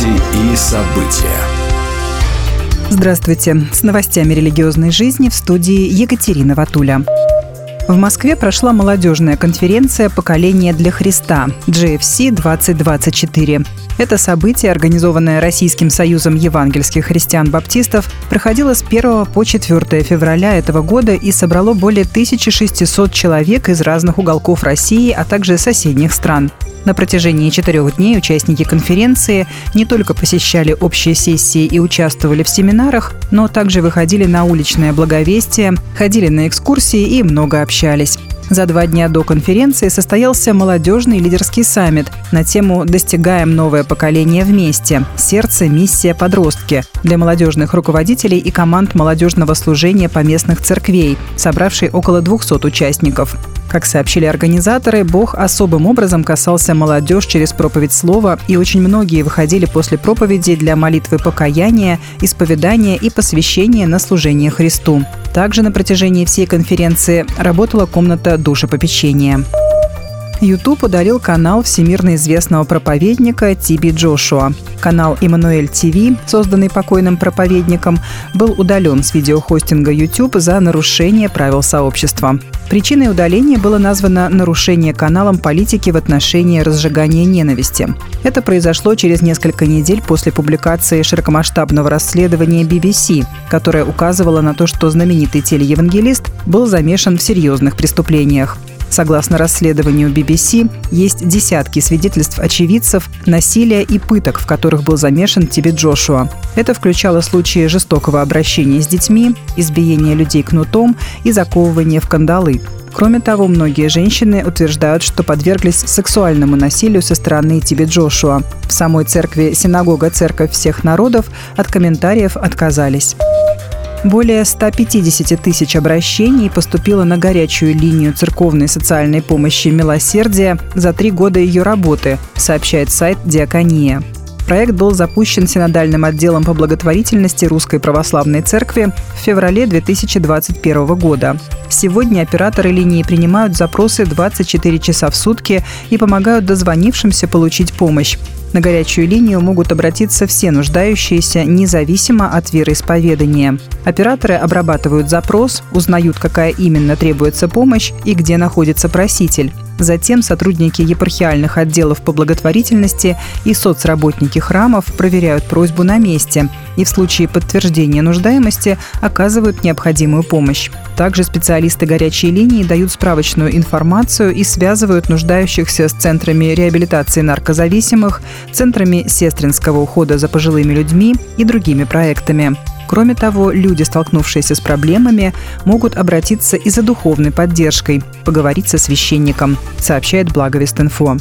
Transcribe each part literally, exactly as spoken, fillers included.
Новости и события. Здравствуйте. С новостями религиозной жизни в студии Екатерина Ватуля. В Москве прошла молодежная конференция «Поколение для Христа» джи эф си двадцать двадцать четыре. Это событие, организованное Российским союзом евангельских христиан-баптистов, проходило с первого по четвёртое февраля этого года и собрало более тысячи шестисот человек из разных уголков России, а также соседних стран. На протяжении четырех дней участники конференции не только посещали общие сессии и участвовали в семинарах, но также выходили на уличное благовестие, ходили на экскурсии и много общались. За два дня до конференции состоялся молодежный лидерский саммит на тему «Достигаем новое поколение вместе. Сердце, миссия, подростки» для молодежных руководителей и команд молодежного служения поместных церквей, собравшей около двухсот участников. Как сообщили организаторы, Бог особым образом касался молодежь через проповедь слова, и очень многие выходили после проповеди для молитвы покаяния, исповедания и посвящения на служение Христу. Также на протяжении всей конференции работала комната душепопечения. YouTube удалил канал всемирно известного проповедника Ти Би Джошуа. Канал Эммануэль ти ви, созданный покойным проповедником, был удален с видеохостинга YouTube за нарушение правил сообщества. Причиной удаления было названо нарушение каналом политики в отношении разжигания ненависти. Это произошло через несколько недель после публикации широкомасштабного расследования би би си, которое указывало на то, что знаменитый телеевангелист был замешан в серьезных преступлениях. Согласно расследованию би би си, есть десятки свидетельств очевидцев насилия и пыток, в которых был замешан Ти Би Джошуа. Это включало случаи жестокого обращения с детьми, избиения людей кнутом и заковывания в кандалы. Кроме того, многие женщины утверждают, что подверглись сексуальному насилию со стороны Ти Би Джошуа. В самой церкви «Синагога Церковь всех народов» от комментариев отказались. Более ста пятидесяти тысяч обращений поступило на горячую линию церковной социальной помощи «Милосердие» за три года ее работы, сообщает сайт «Диакония». Проект был запущен синодальным отделом по благотворительности Русской Православной Церкви в феврале две тысячи двадцать первого года. Сегодня операторы линии принимают запросы двадцать четыре часа в сутки и помогают дозвонившимся получить помощь. На горячую линию могут обратиться все нуждающиеся, независимо от вероисповедания. Операторы обрабатывают запрос, узнают, какая именно требуется помощь и где находится проситель. Затем сотрудники епархиальных отделов по благотворительности и соцработники храмов проверяют просьбу на месте и в случае подтверждения нуждаемости оказывают необходимую помощь. Также специалисты горячей линии дают справочную информацию и связывают нуждающихся с центрами реабилитации наркозависимых, центрами сестринского ухода за пожилыми людьми и другими проектами. Кроме того, люди, столкнувшиеся с проблемами, могут обратиться и за духовной поддержкой, поговорить со священником, сообщает Благовест.Инфо.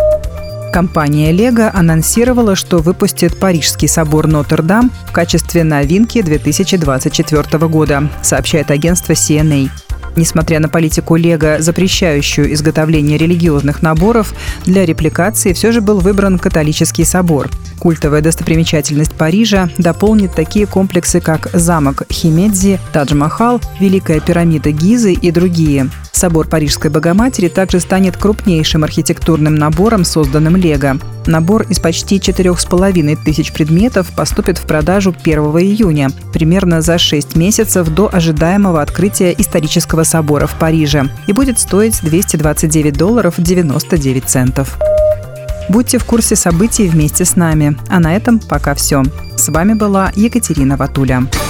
Компания Лего анонсировала, что выпустит Парижский собор Нотр-Дам в качестве новинки две тысячи двадцать четвёртого года, сообщает агентство си эн эй. Несмотря на политику Лего, запрещающую изготовление религиозных наборов, для репликации все же был выбран католический собор. Культовая достопримечательность Парижа дополнит такие комплексы, как замок Химедзи, Тадж-Махал, Великая пирамида Гизы и другие. Собор Парижской Богоматери также станет крупнейшим архитектурным набором, созданным Лего. Набор из почти четырех с половиной тысяч предметов поступит в продажу первого июня, примерно за шесть месяцев до ожидаемого открытия исторического собора в Париже, и будет стоить двести двадцать девять долларов девяносто девять центов. Будьте в курсе событий вместе с нами. А на этом пока все. С вами была Екатерина Ватуля.